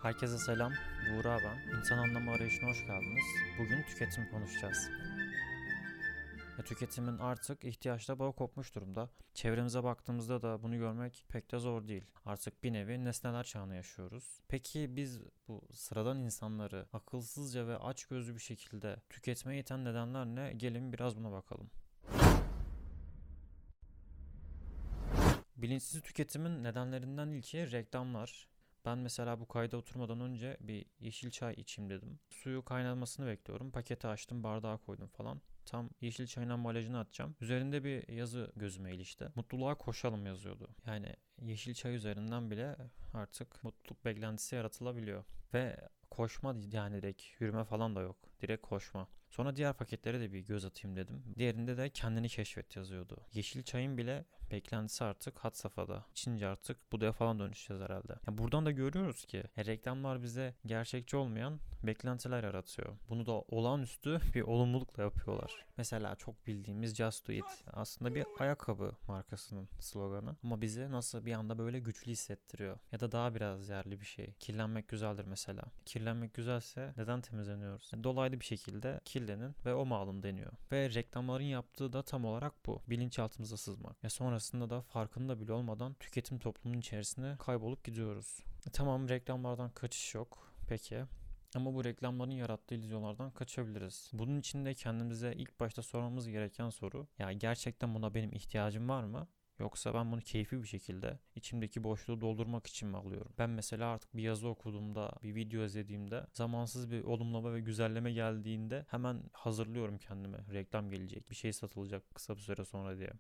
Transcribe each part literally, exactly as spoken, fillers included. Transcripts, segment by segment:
Herkese selam, Buğra ben. İnsan anlamı arayışına hoş geldiniz. Bugün tüketim konuşacağız. Ya, tüketimin artık ihtiyaçla bağı kopmuş durumda. Çevremize baktığımızda da bunu görmek pek de zor değil. Artık bir nevi nesneler çağını yaşıyoruz. Peki biz bu sıradan insanları akılsızca ve açgözlü bir şekilde tüketmeye iten nedenler ne? Gelin biraz buna bakalım. Bilinçsiz tüketimin nedenlerinden ilki reklamlar. Ben mesela bu kayda oturmadan önce bir yeşil çay içeyim dedim. Suyu kaynamasını bekliyorum. Paketi açtım, bardağa koydum falan. Tam yeşil çayın ambalajını atacağım. Üzerinde bir yazı gözüme ilişti. Mutluluğa koşalım yazıyordu. Yani yeşil çay üzerinden bile artık mutluluk beklentisi yaratılabiliyor. Ve koşma, yani direkt yürüme falan da yok. Direkt koşma. Sonra diğer paketlere de bir göz atayım dedim. Diğerinde de kendini keşfet yazıyordu. Yeşil çayın bile beklentisi artık had safhada. İçince artık Buda'ya falan dönüşeceğiz herhalde. Ya buradan da görüyoruz ki ya reklamlar bize gerçekçi olmayan beklentiler yaratıyor. Bunu da olağanüstü bir olumlulukla yapıyorlar. Mesela çok bildiğimiz Just Do It aslında bir ayakkabı markasının sloganı. Ama bizi nasıl bir anda böyle güçlü hissettiriyor. Ya da daha biraz yerli bir şey. Kirlenmek güzeldir mesela. Kirlenmek güzelse neden temizleniyoruz? Dolaylı bir şekilde kirlenin ve o malum deniyor. Ve reklamların yaptığı da tam olarak bu. Bilinçaltımıza sızmak. Ve sonrasında da farkında bile olmadan tüketim toplumunun içerisine kaybolup gidiyoruz. E, tamam, reklamlardan kaçış yok. Peki. Ama bu reklamların yarattığı illüzyonlardan kaçabiliriz. Bunun için de kendimize ilk başta sormamız gereken soru: ya gerçekten buna benim ihtiyacım var mı? Yoksa ben bunu keyfi bir şekilde içimdeki boşluğu doldurmak için mi alıyorum? Ben mesela artık bir yazı okuduğumda, bir video izlediğimde zamansız bir olumlama ve güzelleme geldiğinde hemen hazırlıyorum kendimi. Reklam gelecek, bir şey satılacak kısa bir süre sonra diye.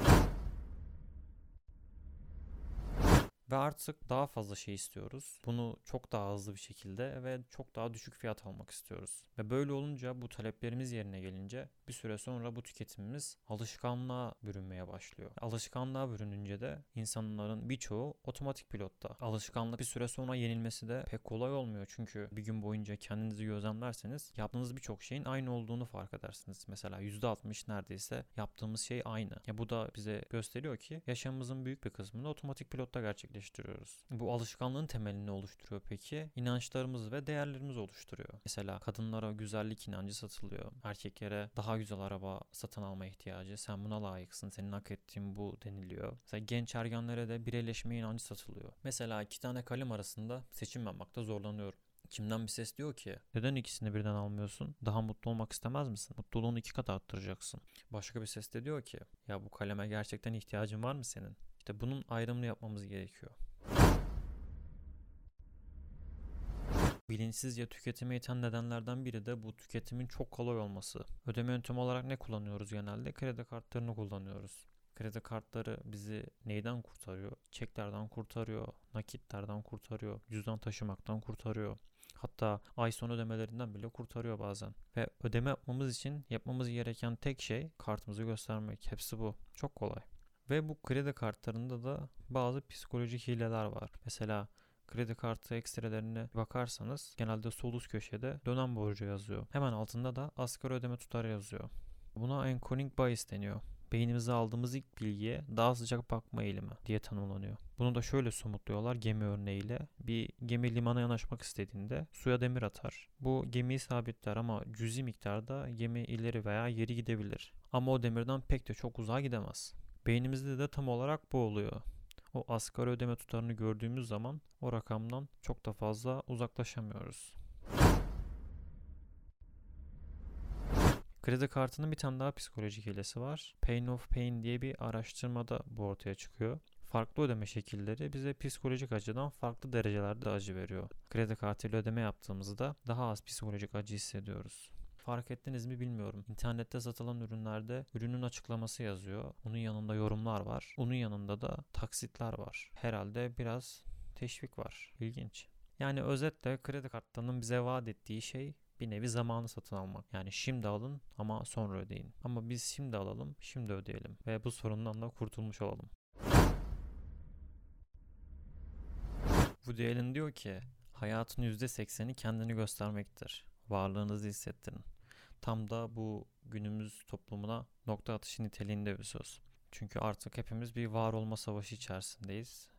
Ve artık daha fazla şey istiyoruz. Bunu çok daha hızlı bir şekilde ve çok daha düşük fiyat almak istiyoruz. Ve böyle olunca, bu taleplerimiz yerine gelince bir süre sonra bu tüketimimiz alışkanlığa bürünmeye başlıyor. Alışkanlığa bürününce de insanların birçoğu otomatik pilotta. Alışkanlık bir süre sonra yenilmesi de pek kolay olmuyor. Çünkü bir gün boyunca kendinizi gözlemlerseniz yaptığınız birçok şeyin aynı olduğunu fark edersiniz. Mesela yüzde altmış neredeyse yaptığımız şey aynı. Ya bu da bize gösteriyor ki yaşamımızın büyük bir kısmını otomatik pilotta gerçekleştiriyoruz. Bu alışkanlığın temelini oluşturuyor peki. İnançlarımız ve değerlerimiz oluşturuyor. Mesela kadınlara güzellik inancı satılıyor. Erkeklere daha güzel araba satın alma ihtiyacı. Sen buna layıksın, senin hak ettiğin bu deniliyor. Mesela genç ergenlere de bireyleşme inancı satılıyor. Mesela iki tane kalem arasında seçim yapmakta zorlanıyorum. İçimden bir ses diyor ki, neden ikisini birden almıyorsun? Daha mutlu olmak istemez misin? Mutluluğunu iki kat arttıracaksın. Başka bir ses de diyor ki, ya bu kaleme gerçekten ihtiyacın var mı senin? İşte bunun ayrımını yapmamız gerekiyor. Bilinçsizce tüketime iten nedenlerden biri de bu tüketimin çok kolay olması. Ödeme yöntemi olarak ne kullanıyoruz genelde? Kredi kartlarını kullanıyoruz. Kredi kartları bizi neyden kurtarıyor? Çeklerden kurtarıyor, nakitlerden kurtarıyor, cüzdan taşımaktan kurtarıyor. Hatta ay sonu ödemelerinden bile kurtarıyor bazen. Ve ödeme yapmamız için yapmamız gereken tek şey kartımızı göstermek. Hepsi bu. Çok kolay. Ve bu kredi kartlarında da bazı psikolojik hileler var. Mesela kredi kartı ekstrelerine bakarsanız genelde sol üst köşede dönem borcu yazıyor. Hemen altında da asgari ödeme tutarı yazıyor. Buna anchoring bias deniyor. Beynimize aldığımız ilk bilgiye daha sıcak bakma eğilimi diye tanımlanıyor. Bunu da şöyle somutluyorlar gemi örneğiyle. Bir gemi limana yanaşmak istediğinde suya demir atar. Bu gemiyi sabitler ama cüzi miktarda gemi ileri veya geri gidebilir. Ama o demirden pek de çok uzağa gidemez. Beynimizde de tam olarak bu oluyor. O asgari ödeme tutarını gördüğümüz zaman o rakamdan çok da fazla uzaklaşamıyoruz. Kredi kartının bir tane daha psikolojik hilesi var. Pain of Pain diye bir araştırmada bu ortaya çıkıyor. Farklı ödeme şekilleri bize psikolojik acıdan farklı derecelerde acı veriyor. Kredi kartıyla ödeme yaptığımızda daha az psikolojik acı hissediyoruz. Fark ettiniz mi bilmiyorum. İnternette satılan ürünlerde ürünün açıklaması yazıyor. Onun yanında yorumlar var. Onun yanında da taksitler var. Herhalde biraz teşvik var. İlginç. Yani özetle kredi kartlarının bize vaat ettiği şey bir nevi zamanı satın almak. Yani şimdi alın ama sonra ödeyin. Ama biz şimdi alalım, şimdi ödeyelim ve bu sorundan da kurtulmuş olalım. Woody Allen diyor ki, hayatın yüzde sekseni kendini göstermektir. Varlığınızı hissettirin. Tam da bu günümüz toplumuna nokta atışı niteliğinde bir söz. Çünkü artık hepimiz bir var olma savaşı içerisindeyiz.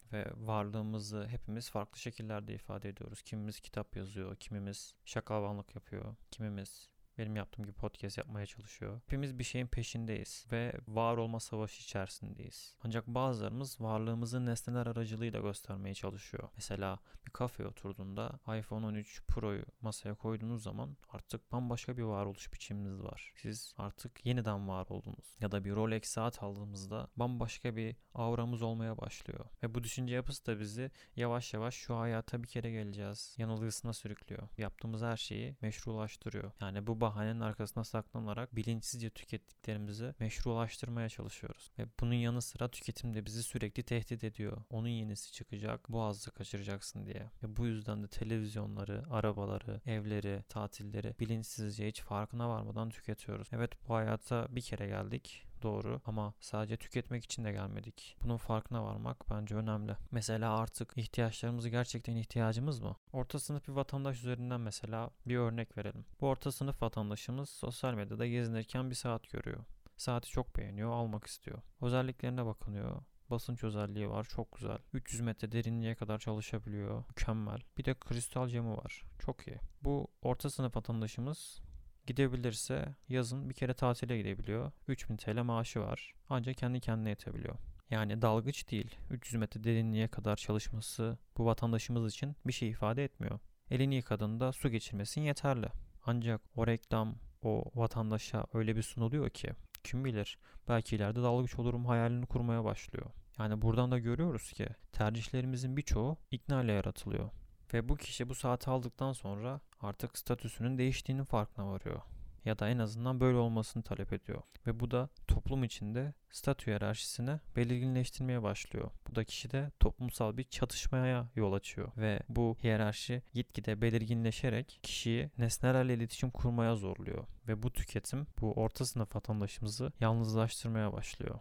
Ve varlığımızı hepimiz farklı şekillerde ifade ediyoruz. Kimimiz kitap yazıyor, kimimiz şaklabanlık yapıyor, kimimiz benim yaptığım gibi podcast yapmaya çalışıyor. Hepimiz bir şeyin peşindeyiz ve var olma savaşı içerisindeyiz. Ancak bazılarımız varlığımızı nesneler aracılığıyla göstermeye çalışıyor. Mesela bir kafeye oturduğunda iPhone on üç Pro'yu masaya koyduğunuz zaman artık bambaşka bir varoluş biçiminiz var. Siz artık yeniden var oldunuz. Ya da bir Rolex saat aldığımızda bambaşka bir auramız olmaya başlıyor. Ve bu düşünce yapısı da bizi yavaş yavaş şu hayata bir kere geleceğiz yanılgısına sürüklüyor. Yaptığımız her şeyi meşrulaştırıyor. Yani bu bahanenin arkasına saklanarak bilinçsizce tükettiklerimizi meşrulaştırmaya çalışıyoruz. Ve bunun yanı sıra tüketim de bizi sürekli tehdit ediyor. Onun yenisi çıkacak, boğazı kaçıracaksın diye. Ve bu yüzden de televizyonları, arabaları, evleri, tatilleri bilinçsizce hiç farkına varmadan tüketiyoruz. Evet, bu hayata bir kere geldik. Doğru, ama sadece tüketmek için de gelmedik. Bunun farkına varmak bence önemli. Mesela artık ihtiyaçlarımızı gerçekten ihtiyacımız mı? Orta sınıf bir vatandaş üzerinden mesela bir örnek verelim. Bu orta sınıf vatandaşımız sosyal medyada gezinirken bir saat görüyor. Saati çok beğeniyor, almak istiyor. Özelliklerine bakınıyor. Basınç özelliği var, çok güzel. üç yüz metre derinliğe kadar çalışabiliyor. Mükemmel. Bir de kristal camı var. Çok iyi. Bu orta sınıf vatandaşımız gidebilirse yazın bir kere tatile gidebiliyor. üç bin T L maaşı var. Ancak kendi kendine yetebiliyor. Yani dalgıç değil. üç yüz metre derinliğe kadar çalışması bu vatandaşımız için bir şey ifade etmiyor. Elini yıkadığında su geçirmesin yeterli. Ancak o reklam o vatandaşa öyle bir sunuluyor ki kim bilir belki ileride dalgıç olurum hayalini kurmaya başlıyor. Yani buradan da görüyoruz ki tercihlerimizin birçoğu ikna ile yaratılıyor. Ve bu kişi bu saati aldıktan sonra artık statüsünün değiştiğinin farkına varıyor. Ya da en azından böyle olmasını talep ediyor. Ve bu da toplum içinde statü hiyerarşisini belirginleştirmeye başlıyor. Bu da kişide toplumsal bir çatışmaya yol açıyor. Ve bu hiyerarşi gitgide belirginleşerek kişiyi nesnelerle iletişim kurmaya zorluyor. Ve bu tüketim bu orta sınıf vatandaşımızı yalnızlaştırmaya başlıyor.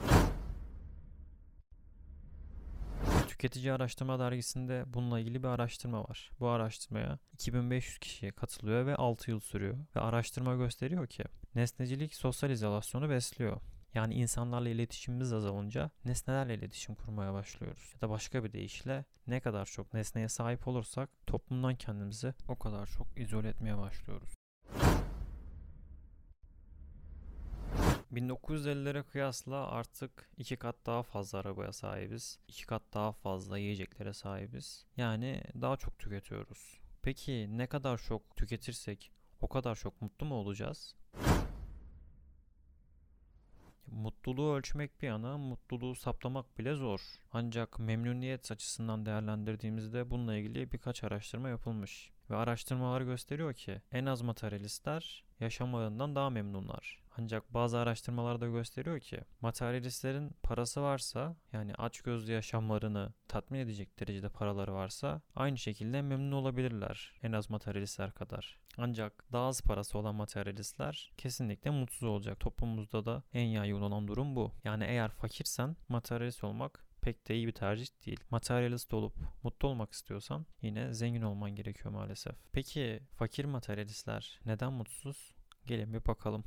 Tüketici Araştırma Dergisi'nde bununla ilgili bir araştırma var. Bu araştırmaya iki bin beş yüz kişiye katılıyor ve altı yıl sürüyor. Ve araştırma gösteriyor ki nesnecilik sosyal izolasyonu besliyor. Yani insanlarla iletişimimiz azalınca nesnelerle iletişim kurmaya başlıyoruz. Ya da başka bir deyişle ne kadar çok nesneye sahip olursak toplumdan kendimizi o kadar çok izole etmeye başlıyoruz. bin dokuz yüz ellilere kıyasla artık iki kat daha fazla arabaya sahibiz. iki kat daha fazla yiyeceklere sahibiz. Yani daha çok tüketiyoruz. Peki ne kadar çok tüketirsek o kadar çok mutlu mu olacağız? Mutluluğu ölçmek bir yana, mutluluğu saptamak bile zor. Ancak memnuniyet açısından değerlendirdiğimizde bununla ilgili birkaç araştırma yapılmış. Ve araştırmalar gösteriyor ki en az materyalistler yaşamlarından daha memnunlar. Ancak bazı araştırmalar da gösteriyor ki materyalistlerin parası varsa, yani açgözlü yaşamlarını tatmin edecek derecede paraları varsa aynı şekilde memnun olabilirler en az materyalistler kadar. Ancak daha az parası olan materyalistler kesinlikle mutsuz olacak. Toplumumuzda da en yaygın olan durum bu. Yani eğer fakirsen materyalist olmak pek de iyi bir tercih değil. Materyalist olup mutlu olmak istiyorsan yine zengin olman gerekiyor maalesef. Peki fakir materyalistler neden mutsuz? Gelin bir bakalım.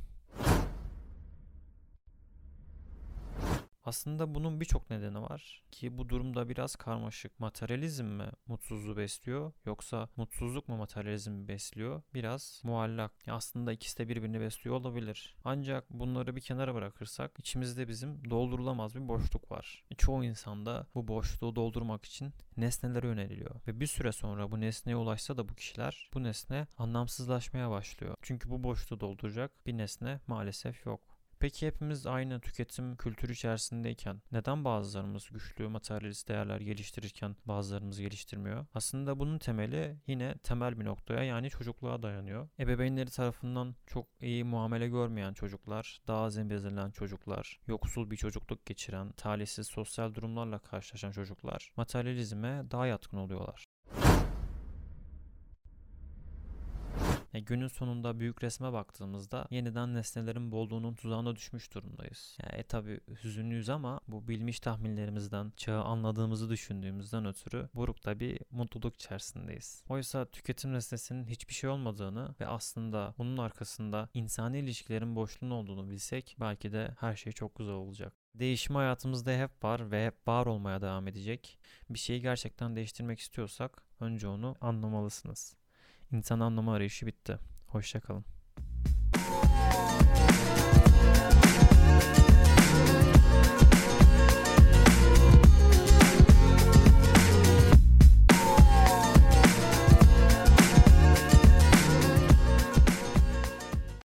Aslında bunun birçok nedeni var ki bu durumda biraz karmaşık. Materyalizm mi mutsuzluğu besliyor yoksa mutsuzluk mu materyalizmi besliyor? Biraz muallak. Aslında ikisi de birbirini besliyor olabilir. Ancak bunları bir kenara bırakırsak içimizde bizim doldurulamaz bir boşluk var. Çoğu insanda bu boşluğu doldurmak için nesnelere yöneliliyor. Ve bir süre sonra bu nesneye ulaşsa da bu kişiler bu nesne anlamsızlaşmaya başlıyor. Çünkü bu boşluğu dolduracak bir nesne maalesef yok. Peki hepimiz aynı tüketim kültürü içerisindeyken neden bazılarımız güçlü materyalist değerler geliştirirken bazılarımız geliştirmiyor? Aslında bunun temeli yine temel bir noktaya, yani çocukluğa dayanıyor. Ebeveynleri tarafından çok iyi muamele görmeyen çocuklar, daha az emzirilen çocuklar, yoksul bir çocukluk geçiren, talihsiz sosyal durumlarla karşılaşan çocuklar materyalizme daha yatkın oluyorlar. E, günün sonunda büyük resme baktığımızda yeniden nesnelerin bolluğunun tuzağına düşmüş durumdayız. Yani, e tabi hüzünlüyüz ama bu bilmiş tahminlerimizden, çağı anladığımızı düşündüğümüzden ötürü burukta bir mutluluk içerisindeyiz. Oysa tüketim nesnesinin hiçbir şey olmadığını ve aslında bunun arkasında insani ilişkilerin boşluğunun olduğunu bilsek belki de her şey çok güzel olacak. Değişim hayatımızda hep var ve hep var olmaya devam edecek. Bir şeyi gerçekten değiştirmek istiyorsak önce onu anlamalısınız. İnsan anlamı arayışı bitti. Hoşça kalın.